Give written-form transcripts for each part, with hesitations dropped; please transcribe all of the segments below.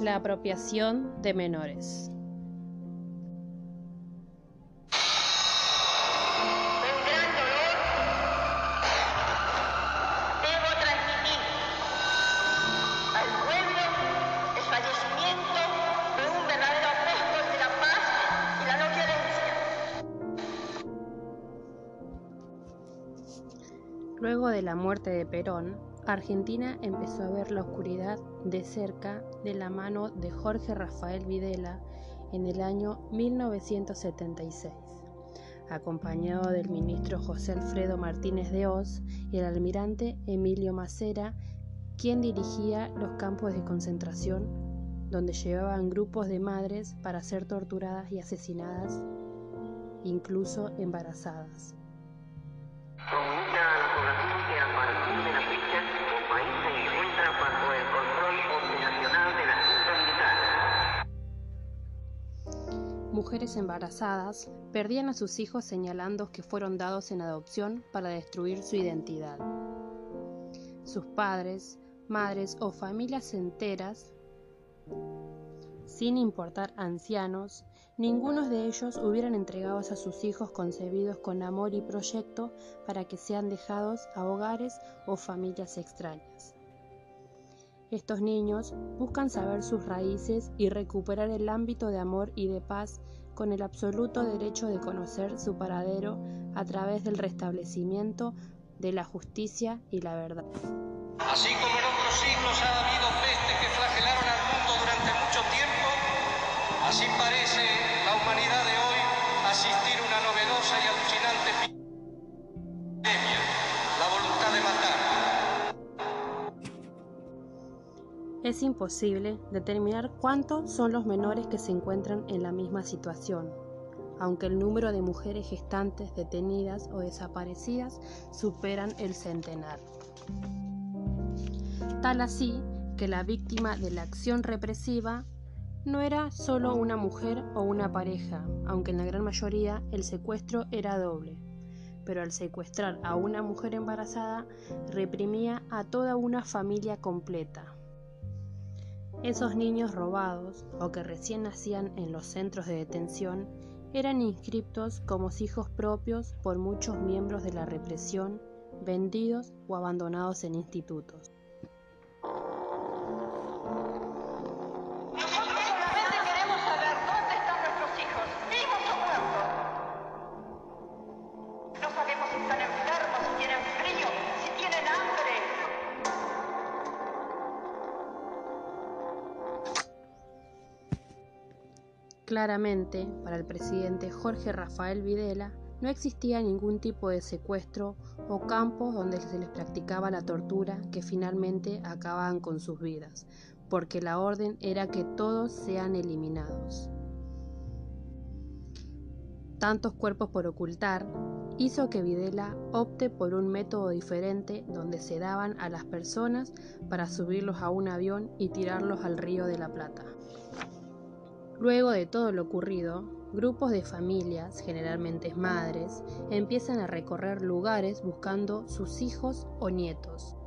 la apropiación de menores. Luego de la muerte de Perón, Argentina empezó a ver la oscuridad de cerca de la mano de Jorge Rafael Videla en el año 1976, acompañado del ministro José Alfredo Martínez de Hoz y el almirante Emilio Massera, quien dirigía los campos de concentración donde llevaban grupos de madres para ser torturadas y asesinadas, incluso embarazadas. Comunica a la población que a partir de la fecha el país se encuentra bajo el control operacional de la Junta Militar. Mujeres embarazadas perdían a sus hijos señalando que fueron dados en adopción para destruir su identidad. Sus padres, madres o familias enteras, sin importar ancianos, ninguno de ellos hubieran entregado a sus hijos concebidos con amor y proyecto para que sean dejados a hogares o familias extrañas. Estos niños buscan saber sus raíces y recuperar el ámbito de amor y de paz con el absoluto derecho de conocer su paradero a través del restablecimiento de la justicia y la verdad. Así como en otros siglos ha habido pestes que flagelaron al mundo durante mucho tiempo, así parece la humanidad de hoy asistir a una novedosa y alucinante epidemia, la voluntad de matar. Es imposible determinar cuántos son los menores que se encuentran en la misma situación, aunque el número de mujeres gestantes detenidas o desaparecidas superan el centenar. Tal así que la víctima de la acción represiva no era solo una mujer o una pareja, aunque en la gran mayoría el secuestro era doble. Pero al secuestrar a una mujer embarazada, reprimía a toda una familia completa. Esos niños robados o que recién nacían en los centros de detención eran inscriptos como hijos propios por muchos miembros de la represión, vendidos o abandonados en institutos. Claramente, para el presidente Jorge Rafael Videla, no existía ningún tipo de secuestro o campo donde se les practicaba la tortura que finalmente acababan con sus vidas, porque la orden era que todos sean eliminados. Tantos cuerpos por ocultar hizo que Videla opte por un método diferente donde sedaban a las personas para subirlos a un avión y tirarlos al Río de la Plata. Luego de todo lo ocurrido, grupos de familias, generalmente madres, empiezan a recorrer lugares buscando sus hijos o nietos.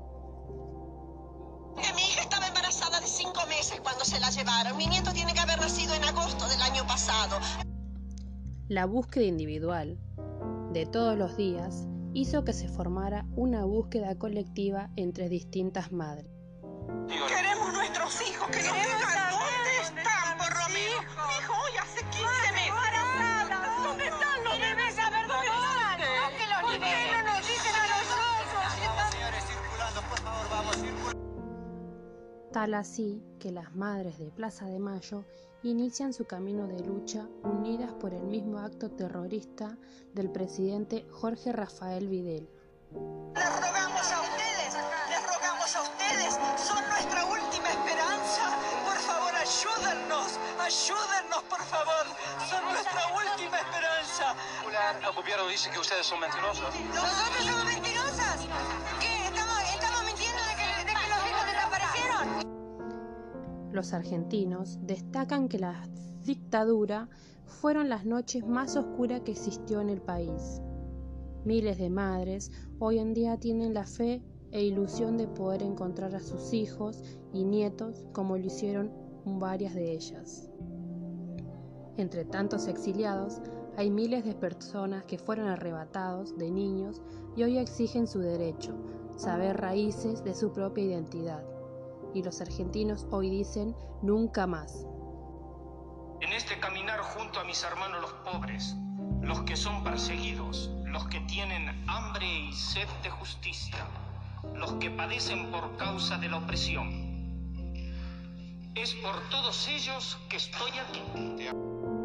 Mi hija estaba embarazada de 5 meses cuando se la llevaron. Mi nieto tiene que haber nacido en agosto del año pasado. La búsqueda individual de todos los días hizo que se formara una búsqueda colectiva entre distintas madres. Queremos nuestros hijos, que nos digan dónde están, por lo menos. Mi hijo hoy hace 15 meses. ¿Dónde están los bebés? ¿Saber dónde están? Que los liberen. ¿Por qué no nos dicen a nosotros? Vamos, señores, circulando, por favor, vamos circulando. Tal así que las madres de Plaza de Mayo inician su camino de lucha unidas por el mismo acto terrorista del presidente Jorge Rafael Videla. Les rogamos a ustedes, son nuestra última esperanza. Por favor, ayúdennos, por favor. Son nuestra última esperanza. El gobierno dice que ustedes son mentirosos. ¿Nosotros somos mentirosas? ¿Qué? ¿Estamos mintiendo de que los hijos desaparecieron? Los argentinos destacan que la dictadura fueron las noches más oscuras que existió en el país. Miles de madres hoy en día tienen la fe e ilusión de poder encontrar a sus hijos y nietos como lo hicieron varias de ellas. Entre tantos exiliados, hay miles de personas que fueron arrebatados de niños y hoy exigen su derecho, saber raíces de su propia identidad. Y los argentinos hoy dicen nunca más. En este caminar junto a mis hermanos los pobres, los que son perseguidos, los que tienen hambre y sed de justicia, los que padecen por causa de la opresión. Es por todos ellos que estoy aquí.